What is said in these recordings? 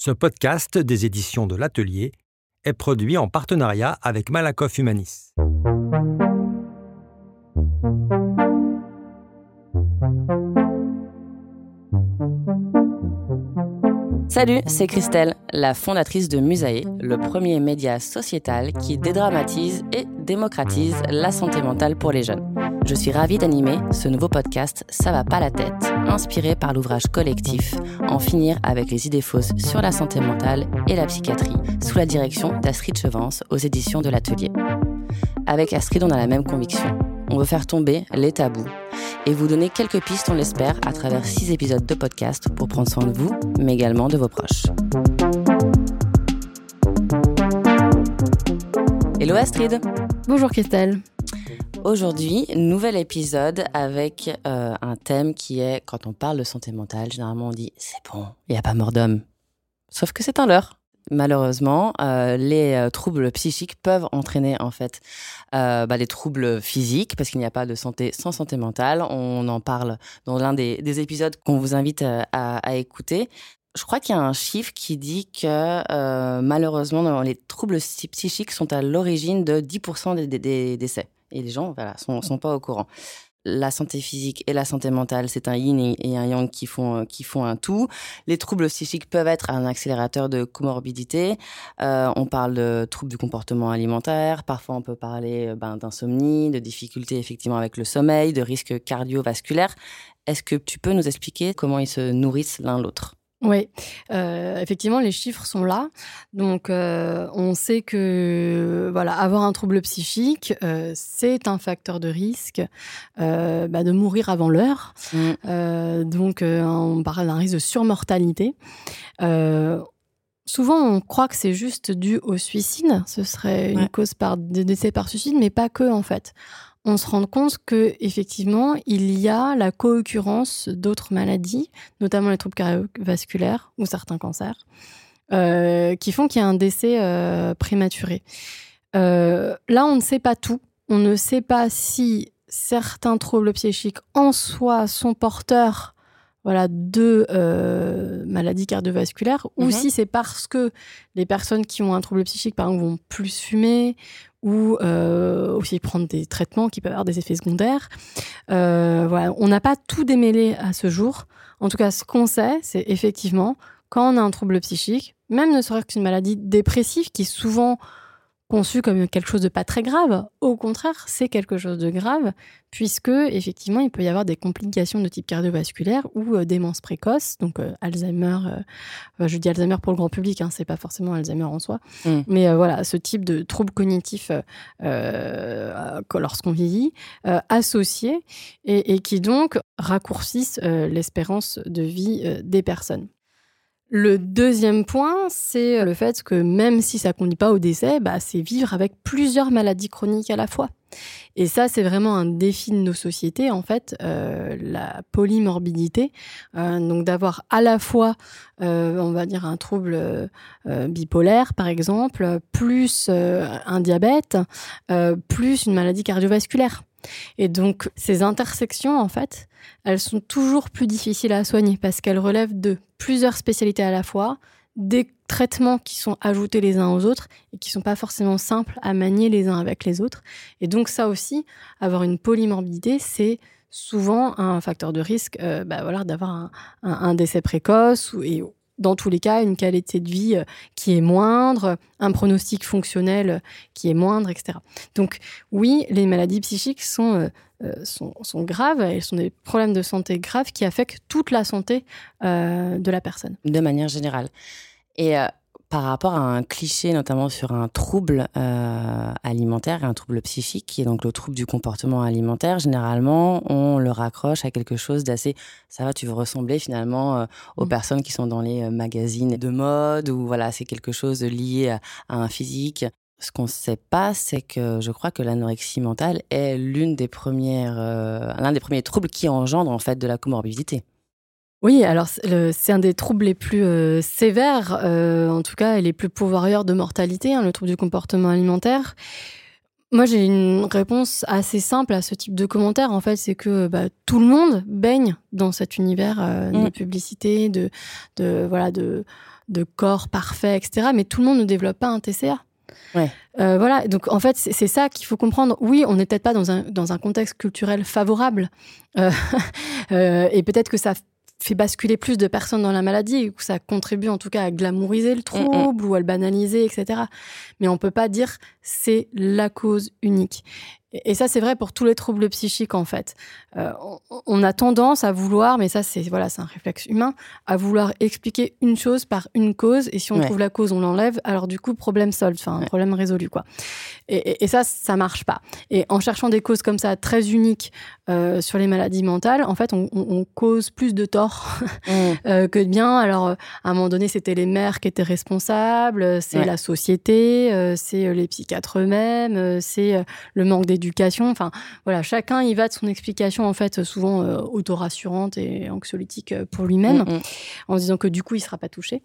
Ce podcast des éditions de l'Atelier est produit en partenariat avec Malakoff Humanis. Salut, c'est Christelle, la fondatrice de Musae, le premier média sociétal qui dédramatise et démocratise la santé mentale pour les jeunes. Je suis ravie d'animer ce nouveau podcast Ça va pas la tête, inspiré par l'ouvrage collectif En finir avec les idées fausses sur la santé mentale et la psychiatrie, sous la direction d'Astrid Chevance aux éditions de l'Atelier. Avec Astrid, on a la même conviction. On veut faire tomber les tabous et vous donner quelques pistes, on l'espère, à travers 6 épisodes de podcast pour prendre soin de vous, mais également de vos proches. Hello Astrid. Bonjour Christelle. Aujourd'hui, nouvel épisode avec un thème qui est, quand on parle de santé mentale, généralement on dit « c'est bon, il n'y a pas mort d'homme ». Sauf que c'est un leurre. Malheureusement, les troubles psychiques peuvent entraîner en fait des troubles physiques parce qu'il n'y a pas de santé sans santé mentale. On en parle dans l'un des épisodes qu'on vous invite à écouter. Je crois qu'il y a un chiffre qui dit que malheureusement, les troubles psychiques sont à l'origine de 10% des décès. Et les gens sont pas au courant. La santé physique et la santé mentale, c'est un yin et un yang qui font un tout. Les troubles psychiques peuvent être un accélérateur de comorbidité. On parle de troubles du comportement alimentaire. Parfois, on peut parler d'insomnie, de difficultés effectivement avec le sommeil, de risques cardiovasculaires. Est-ce que tu peux nous expliquer comment ils se nourrissent l'un l'autre ? Oui, effectivement, les chiffres sont là. Donc, on sait que avoir un trouble psychique, c'est un facteur de risque de mourir avant l'heure. Donc, on parle d'un risque de surmortalité. Souvent, on croit que c'est juste dû au suicide. Ce serait une cause de décès par suicide, mais pas que, en fait. On se rend compte qu'effectivement, il y a la co-occurrence d'autres maladies, notamment les troubles cardiovasculaires ou certains cancers, qui font qu'il y a un décès prématuré. Là, on ne sait pas tout. On ne sait pas si certains troubles psychiques en soi sont porteurs de maladies cardiovasculaires ou si c'est parce que les personnes qui ont un trouble psychique, par exemple, vont plus fumer ou aussi prendre des traitements qui peuvent avoir des effets secondaires. On n'a pas tout démêlé à ce jour. En tout cas, ce qu'on sait, c'est effectivement, quand on a un trouble psychique, même ne serait-ce qu'une maladie dépressive qui est souvent conçue comme quelque chose de pas très grave, au contraire, c'est quelque chose de grave, puisque effectivement, il peut y avoir des complications de type cardiovasculaire ou démence précoce, donc Alzheimer, je dis Alzheimer pour le grand public, c'est pas forcément Alzheimer en soi, mais ce type de troubles cognitifs lorsqu'on vieillit, associés et qui donc raccourcissent l'espérance de vie des personnes. Le deuxième point, c'est le fait que même si ça ne conduit pas au décès, c'est vivre avec plusieurs maladies chroniques à la fois. Et ça, c'est vraiment un défi de nos sociétés, en fait, la polymorbidité. Donc d'avoir à la fois, on va dire, un trouble bipolaire, par exemple, plus un diabète, plus une maladie cardiovasculaire. Et donc, ces intersections, en fait, elles sont toujours plus difficiles à soigner parce qu'elles relèvent de plusieurs spécialités à la fois, des traitements qui sont ajoutés les uns aux autres et qui ne sont pas forcément simples à manier les uns avec les autres. Et donc, ça aussi, avoir une polymorbidité, c'est souvent un facteur de risque d'avoir un décès précoce et dans tous les cas, une qualité de vie qui est moindre, un pronostic fonctionnel qui est moindre, etc. Donc oui, les maladies psychiques sont graves, elles sont des problèmes de santé graves qui affectent toute la santé de la personne. De manière générale. Et par rapport à un cliché, notamment sur un trouble alimentaire et un trouble psychique, qui est donc le trouble du comportement alimentaire, généralement, on le raccroche à quelque chose d'assez... Ça va, tu veux ressembler finalement aux personnes qui sont dans les magazines de mode, ou voilà, c'est quelque chose lié à un physique. Ce qu'on ne sait pas, c'est que je crois que l'anorexie mentale est l'un des premiers troubles qui engendre en fait de la comorbidité. Oui, alors c'est un des troubles les plus sévères, en tout cas, et les plus pourvoyeurs de mortalité, le trouble du comportement alimentaire. Moi, j'ai une réponse assez simple à ce type de commentaire. En fait, c'est que tout le monde baigne dans cet univers de publicité, de de corps parfait, etc. Mais tout le monde ne développe pas un TCA. Ouais. Voilà, donc en fait, c'est ça qu'il faut comprendre. Oui, on n'est peut-être pas dans un contexte culturel favorable. Et peut-être que ça fait basculer plus de personnes dans la maladie, ou que ça contribue en tout cas à glamouriser le trouble ou à le banaliser, etc. Mais on ne peut pas dire c'est la cause unique. Et ça, c'est vrai pour tous les troubles psychiques, en fait. On a tendance à vouloir, mais ça, c'est un réflexe humain, à vouloir expliquer une chose par une cause, et si on trouve la cause, on l'enlève, alors du coup, problème solved, problème résolu, quoi. Et ça marche pas. Et en cherchant des causes comme ça, très uniques sur les maladies mentales, en fait, on cause plus de tort que de bien. Alors, à un moment donné, c'était les mères qui étaient responsables, c'est la société, c'est les psychiatres eux-mêmes, c'est le manque d'éducation. Enfin, voilà, chacun y va de son explication, en fait, souvent auto-rassurante et anxiolytique pour lui-même, en se disant que du coup, il ne sera pas touché,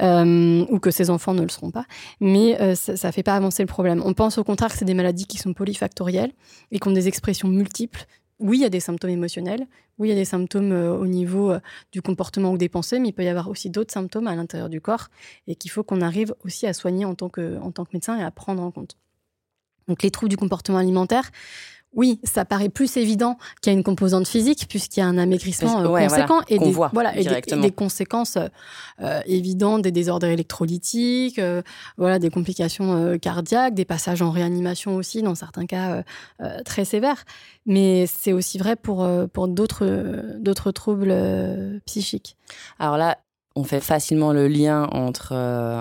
ou que ses enfants ne le seront pas. Mais ça ne fait pas avancer le problème. On pense au contraire que c'est des maladies qui sont polyfactorielles et qui ont des expressions multiples. Oui, il y a des symptômes émotionnels. Oui, il y a des symptômes au niveau du comportement ou des pensées, mais il peut y avoir aussi d'autres symptômes à l'intérieur du corps et qu'il faut qu'on arrive aussi à soigner en tant que médecin et à prendre en compte. Donc, les troubles du comportement alimentaire, oui, ça paraît plus évident qu'il y a une composante physique puisqu'il y a un amaigrissement conséquent et des conséquences évidentes, des désordres électrolytiques, des complications cardiaques, des passages en réanimation aussi dans certains cas très sévères. Mais c'est aussi vrai pour d'autres troubles psychiques. Alors là, on fait facilement le lien entre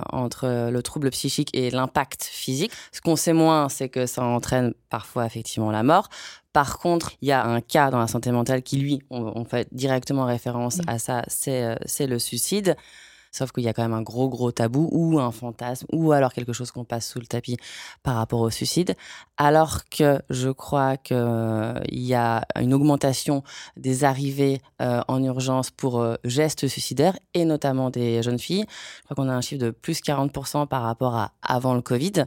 le trouble psychique et l'impact physique. Ce qu'on sait moins, c'est que ça entraîne parfois effectivement la mort. Par contre, il y a un cas dans la santé mentale qui, lui, on fait directement référence à ça, c'est le suicide. Sauf qu'il y a quand même un gros tabou ou un fantasme ou alors quelque chose qu'on passe sous le tapis par rapport au suicide. Alors que je crois qu'il y a une augmentation des arrivées en urgence pour gestes suicidaires et notamment des jeunes filles. Je crois qu'on a un chiffre de plus 40% par rapport à avant le Covid.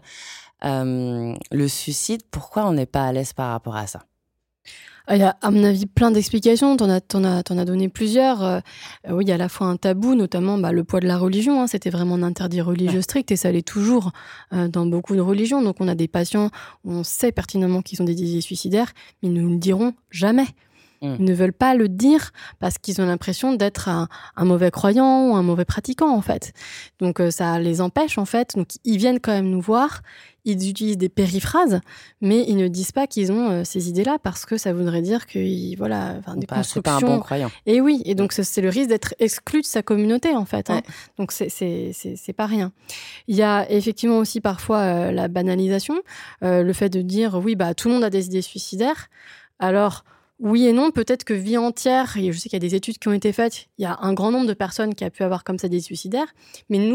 Le suicide, pourquoi on n'est pas à l'aise par rapport à ça ? Il y a, à mon avis, plein d'explications. T'en as donné plusieurs. Oui, il y a à la fois un tabou, notamment le poids de la religion. C'était vraiment un interdit religieux strict et ça l'est toujours dans beaucoup de religions. Donc, on a des patients où on sait pertinemment qu'ils ont des idées suicidaires, mais ils ne le diront jamais. Ils ne veulent pas le dire parce qu'ils ont l'impression d'être un mauvais croyant ou un mauvais pratiquant, en fait. Donc, ça les empêche, en fait. Donc, ils viennent quand même nous voir. Ils utilisent des périphrases, mais ils ne disent pas qu'ils ont ces idées-là parce que ça voudrait dire des constructions. C'est pas un bon croyant. Et oui, et donc c'est le risque d'être exclu de sa communauté, en fait. Hein. Donc, c'est pas rien. Il y a effectivement aussi parfois la banalisation, le fait de dire, oui, tout le monde a des idées suicidaires. Alors, oui et non, peut-être que vie entière, et je sais qu'il y a des études qui ont été faites, il y a un grand nombre de personnes qui a pu avoir comme ça des suicidaires, mais nous,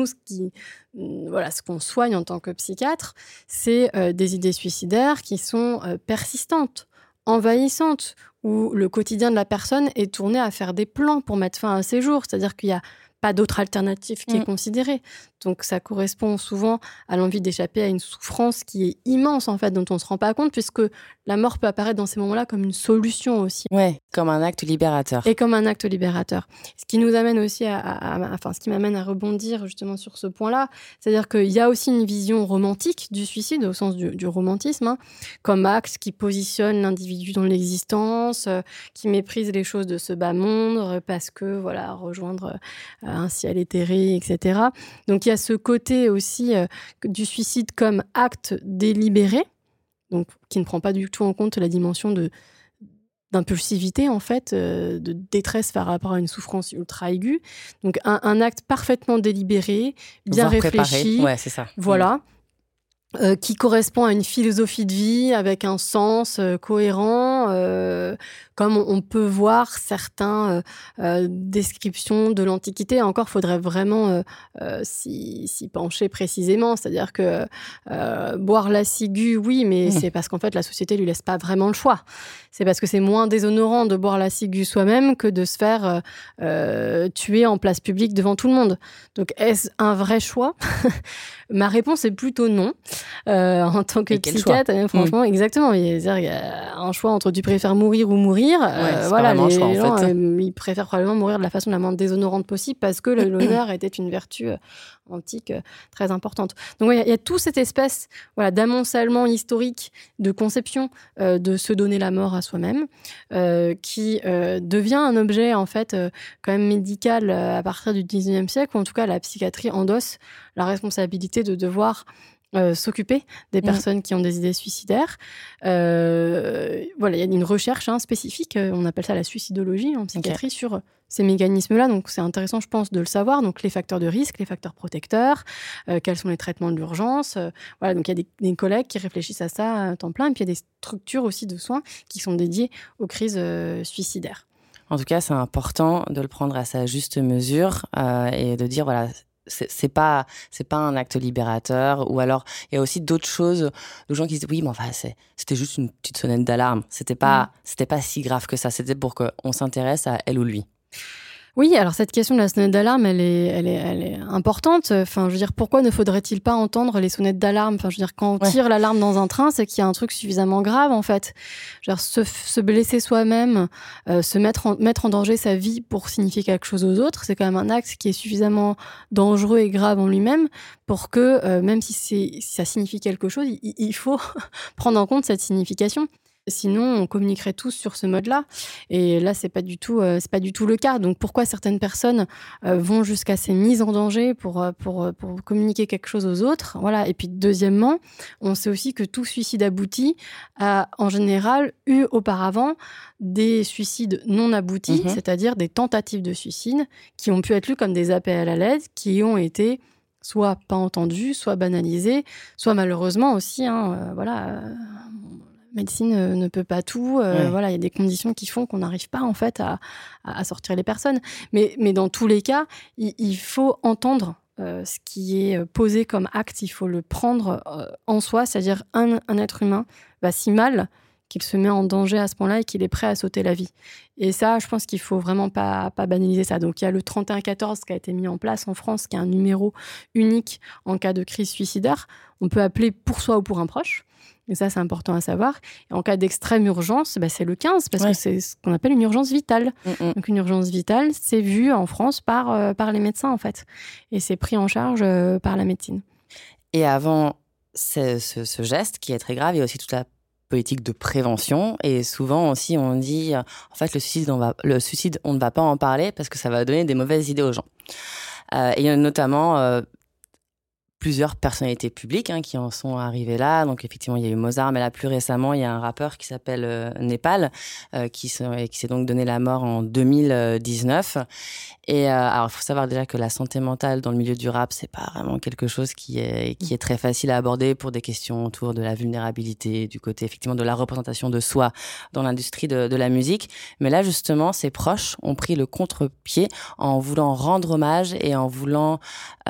ce qu'on soigne en tant que psychiatre, c'est des idées suicidaires qui sont persistantes, envahissantes, où le quotidien de la personne est tourné à faire des plans pour mettre fin à ses jours, c'est-à-dire qu'il y a pas d'autre alternative qui est considérée. Donc, ça correspond souvent à l'envie d'échapper à une souffrance qui est immense, en fait, dont on ne se rend pas compte, puisque la mort peut apparaître dans ces moments-là comme une solution aussi. Ouais, comme un acte libérateur. Et comme un acte libérateur. Ce qui nous amène aussi ce qui m'amène à rebondir justement sur ce point-là, c'est-à-dire qu'il y a aussi une vision romantique du suicide, au sens du romantisme, comme acte qui positionne l'individu dans l'existence, qui méprise les choses de ce bas monde, parce que, rejoindre un ciel éthéré, etc. Donc, il y a ce côté aussi du suicide comme acte délibéré, donc qui ne prend pas du tout en compte la dimension d'impulsivité, en fait, de détresse par rapport à une souffrance ultra aiguë. Donc, un acte parfaitement délibéré, bien réfléchi. Ouais, c'est ça. Voilà. Qui correspond à une philosophie de vie avec un sens cohérent, comme on peut voir certaines descriptions de l'Antiquité. Encore, faudrait vraiment s'y pencher précisément. C'est-à-dire que boire la ciguë, oui, mais c'est parce qu'en fait, la société lui laisse pas vraiment le choix. C'est parce que c'est moins déshonorant de boire la ciguë soi-même que de se faire tuer en place publique devant tout le monde. Donc, est-ce un vrai choix ? Ma réponse est plutôt non. En tant que psychiatre, franchement, exactement. Il y a un choix entre tu préfères mourir ou mourir. mourir, voilà, les gens, en fait. ils préfèrent probablement mourir de la façon la moins déshonorante possible parce que l'honneur était une vertu antique très importante. Donc il y a toute cette espèce d'amoncellement historique de conception de se donner la mort à soi-même qui devient un objet en fait quand même médical à partir du 19e siècle, où en tout cas la psychiatrie endosse la responsabilité de devoir s'occuper des personnes qui ont des idées suicidaires. Il y a une recherche spécifique, on appelle ça la suicidologie en psychiatrie, sur ces mécanismes-là. Donc, c'est intéressant, je pense, de le savoir. Donc, les facteurs de risque, les facteurs protecteurs, quels sont les traitements de l'urgence. Donc, il y a des collègues qui réfléchissent à ça à temps plein. Et puis, il y a des structures aussi de soins qui sont dédiées aux crises suicidaires. En tout cas, c'est important de le prendre à sa juste mesure et de dire, voilà, c'est pas un acte libérateur. Ou alors il y a aussi d'autres choses, de gens qui disent oui mais enfin c'était juste une petite sonnette d'alarme, c'était pas si grave que ça, c'était pour qu'on s'intéresse à elle ou lui. Oui, alors cette question de la sonnette d'alarme, elle est importante. Enfin, je veux dire, pourquoi ne faudrait-il pas entendre les sonnettes d'alarme ? Enfin, je veux dire, quand on tire l'alarme dans un train, c'est qu'il y a un truc suffisamment grave, en fait. Genre, se blesser soi-même, se mettre en danger sa vie pour signifier quelque chose aux autres, c'est quand même un acte qui est suffisamment dangereux et grave en lui-même pour que, même si ça signifie quelque chose, il faut prendre en compte cette signification. Sinon, on communiquerait tous sur ce mode-là. Et là, c'est pas du tout le cas. Donc, pourquoi certaines personnes vont jusqu'à ces mises en danger pour communiquer quelque chose aux autres ? Voilà. Et puis, deuxièmement, on sait aussi que tout suicide abouti a, en général, eu auparavant des suicides non aboutis, c'est-à-dire des tentatives de suicide qui ont pu être lues comme des appels à l'aide, qui ont été soit pas entendus, soit banalisés, soit malheureusement aussi, médecine ne peut pas tout. Il y a des conditions qui font qu'on n'arrive pas en fait à sortir les personnes. Mais dans tous les cas, il faut entendre ce qui est posé comme acte. Il faut le prendre en soi, c'est-à-dire un être humain va si mal qu'il se met en danger à ce point-là et qu'il est prêt à sauter la vie. Et ça, je pense qu'il faut vraiment pas banaliser ça. Donc, il y a le 3114 qui a été mis en place en France, qui est un numéro unique en cas de crise suicidaire. On peut appeler pour soi ou pour un proche. Et ça, c'est important à savoir. Et en cas d'extrême urgence, c'est le 15, parce que c'est ce qu'on appelle une urgence vitale. Donc, une urgence vitale, c'est vu en France par les médecins, en fait. Et c'est pris en charge par la médecine. Et avant ce geste, qui est très grave, il y a aussi toute la politique de prévention. Et souvent aussi, on dit, en fait, le suicide, on ne va pas en parler parce que ça va donner des mauvaises idées aux gens. Et il y a notamment plusieurs personnalités publiques qui en sont arrivées là. Donc effectivement, il y a eu Mozart, mais là plus récemment, il y a un rappeur qui s'appelle Népal, qui s'est donc donné la mort en 2019. Et alors, il faut savoir déjà que la santé mentale dans le milieu du rap, c'est pas vraiment quelque chose qui est très facile à aborder pour des questions autour de la vulnérabilité, du côté effectivement de la représentation de soi dans l'industrie de la musique. Mais là, justement, ses proches ont pris le contre-pied en voulant rendre hommage et en voulant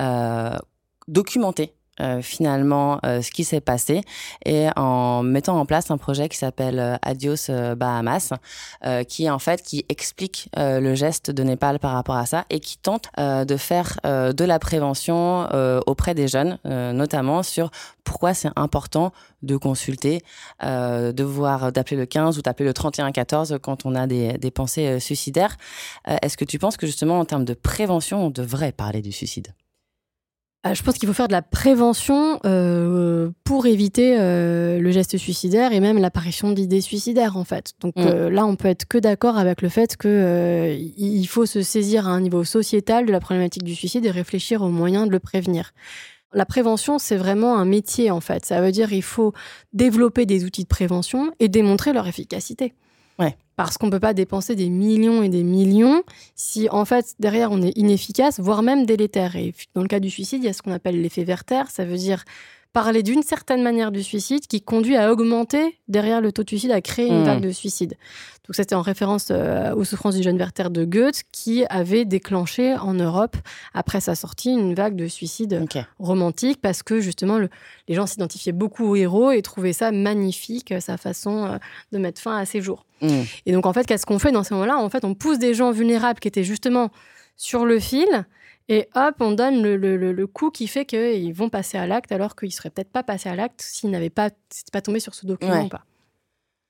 documenter finalement ce qui s'est passé et en mettant en place un projet qui s'appelle Adios Bahamas qui explique le geste de Népal par rapport à ça et qui tente de faire de la prévention auprès des jeunes, notamment sur pourquoi c'est important de consulter, d'appeler le 15 ou d'appeler le 3114 quand on a des pensées suicidaires. Est-ce que tu penses que justement en termes de prévention, on devrait parler du suicide ? Je pense qu'il faut faire de la prévention pour éviter le geste suicidaire et même l'apparition d'idées suicidaires, en fait. Donc là, on peut être que d'accord avec le fait qu'il faut se saisir à un niveau sociétal de la problématique du suicide et réfléchir aux moyens de le prévenir. La prévention, c'est vraiment un métier, en fait. Ça veut dire qu'il faut développer des outils de prévention et démontrer leur efficacité. Parce qu'on ne peut pas dépenser des millions et des millions si, en fait, derrière, on est inefficace, voire même délétère. Et dans le cas du suicide, il y a ce qu'on appelle l'effet Werther. Ça veut dire parler d'une certaine manière du suicide qui conduit à augmenter, derrière le taux de suicide, à créer une vague de suicide. Donc, c'était en référence aux souffrances du jeune Werther de Goethe qui avait déclenché en Europe, après sa sortie, une vague de suicide romantique parce que, justement, les gens s'identifiaient beaucoup au héros et trouvaient ça magnifique, sa façon de mettre fin à ses jours. Et donc, en fait, qu'est-ce qu'on fait dans ces moments-là ? En fait, on pousse des gens vulnérables qui étaient justement sur le fil et hop, on donne le coup qui fait qu'ils vont passer à l'acte alors qu'ils ne seraient peut-être pas passés à l'acte s'ils n'étaient pas tombés sur ce document ou pas.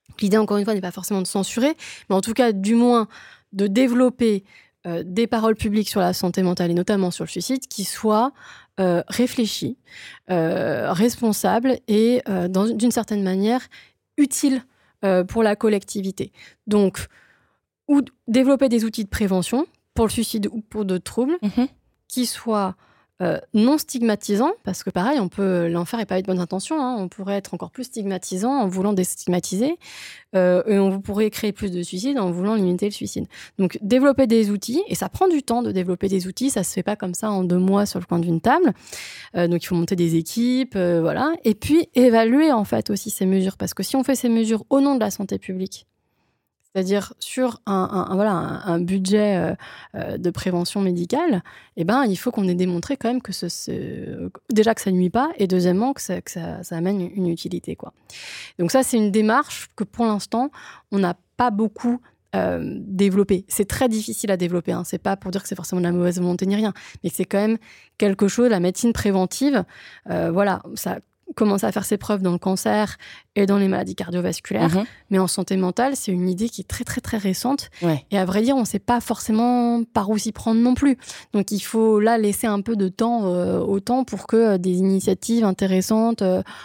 L'idée, encore une fois, n'est pas forcément de censurer, mais en tout cas, du moins, de développer des paroles publiques sur la santé mentale et notamment sur le suicide qui soient réfléchies, responsables et, d'une certaine manière, utiles pour la collectivité. Donc, ou développer des outils de prévention pour le suicide ou pour d'autres troubles qui soient non stigmatisants, parce que pareil, l'enfer n'est pas avec bonnes intentions, hein, on pourrait être encore plus stigmatisant en voulant déstigmatiser, et on pourrait créer plus de suicides en voulant limiter le suicide. Donc développer des outils, et ça prend du temps de développer des outils, ça se fait pas comme ça en 2 mois sur le coin d'une table, donc il faut monter des équipes, voilà, et puis évaluer en fait aussi ces mesures, parce que si on fait ces mesures au nom de la santé publique, c'est-à-dire sur un budget de prévention médicale, il faut qu'on ait démontré quand même que déjà que ça nuit pas, et deuxièmement que ça amène une utilité, quoi. Donc ça, c'est une démarche que pour l'instant, on n'a pas beaucoup développée. C'est très difficile à développer, hein. C'est pas pour dire que c'est forcément de la mauvaise volonté ni rien, mais c'est quand même quelque chose, la médecine préventive, ça commence à faire ses preuves dans le cancer et dans les maladies cardiovasculaires. Mais en santé mentale, c'est une idée qui est très, très, très récente. Ouais. Et à vrai dire, on ne sait pas forcément par où s'y prendre non plus. Donc, il faut là laisser un peu de temps au temps pour que des initiatives intéressantes,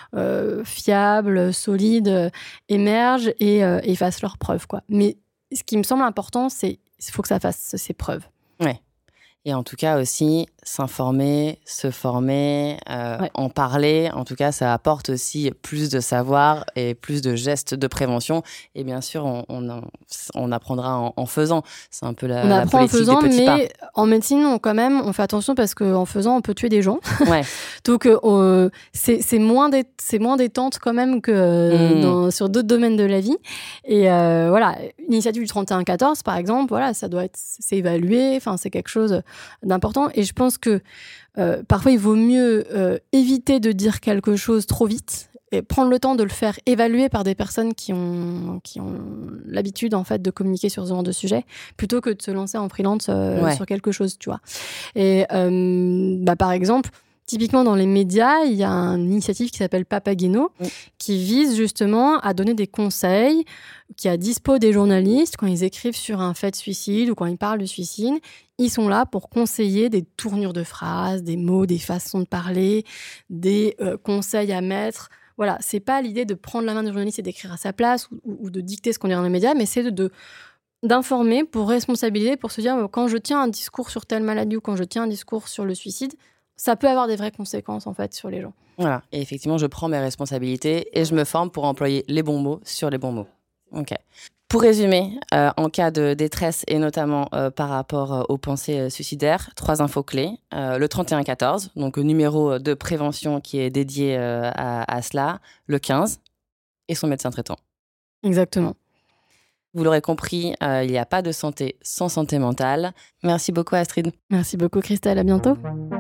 fiables, solides, émergent et fassent leurs preuves, quoi. Mais ce qui me semble important, c'est qu'il faut que ça fasse ses preuves. Ouais. Et en tout cas aussi, s'informer, se former, en parler. En tout cas, ça apporte aussi plus de savoir et plus de gestes de prévention. Et bien sûr, on apprendra en faisant. C'est un peu la politique des petits pas. Mais en médecine, on fait attention parce qu'en faisant, on peut tuer des gens. Ouais. Donc, c'est moins détente quand même que sur d'autres domaines de la vie. Et voilà, l'initiative du 31-14, par exemple, voilà, c'est évalué. Enfin, c'est quelque chose d'important, et je pense que parfois il vaut mieux éviter de dire quelque chose trop vite et prendre le temps de le faire évaluer par des personnes qui ont l'habitude en fait de communiquer sur ce genre de sujet, plutôt que de se lancer en freelance sur quelque chose, tu vois. Et par exemple, typiquement dans les médias, il y a une initiative qui s'appelle Papageno, qui vise justement à donner des conseils, qui est à dispo des journalistes quand ils écrivent sur un fait de suicide ou quand ils parlent de suicide. Ils sont là pour conseiller des tournures de phrases, des mots, des façons de parler, des conseils à mettre. Voilà, c'est pas l'idée de prendre la main du journaliste et d'écrire à sa place ou de dicter ce qu'on dit dans les médias, mais c'est d'informer pour responsabiliser, pour se dire quand je tiens un discours sur telle maladie ou quand je tiens un discours sur le suicide, ça peut avoir des vraies conséquences en fait sur les gens. Voilà, et effectivement, je prends mes responsabilités et je me forme pour employer les bons mots sur les bons mots. Ok. Pour résumer, en cas de détresse et notamment par rapport aux pensées suicidaires, 3 infos clés. Le 31-14, donc le numéro de prévention qui est dédié à cela, le 15 et son médecin traitant. Exactement. Vous l'aurez compris, il n'y a pas de santé sans santé mentale. Merci beaucoup Astrid. Merci beaucoup Christelle, à bientôt.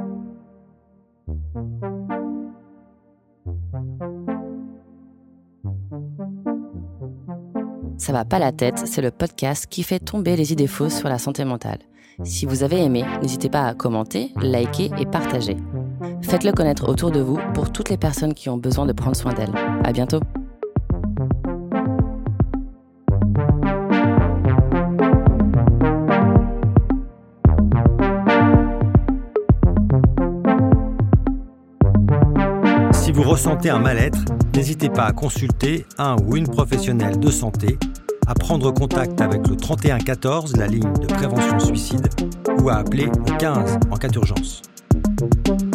Ça va pas la tête, c'est le podcast qui fait tomber les idées fausses sur la santé mentale. Si vous avez aimé, n'hésitez pas à commenter, liker et partager. Faites-le connaître autour de vous pour toutes les personnes qui ont besoin de prendre soin d'elles. À bientôt. Si vous ressentez un mal-être, n'hésitez pas à consulter un ou une professionnelle de santé, à prendre contact avec le 31-14, la ligne de prévention suicide, ou à appeler le 15 en cas d'urgence.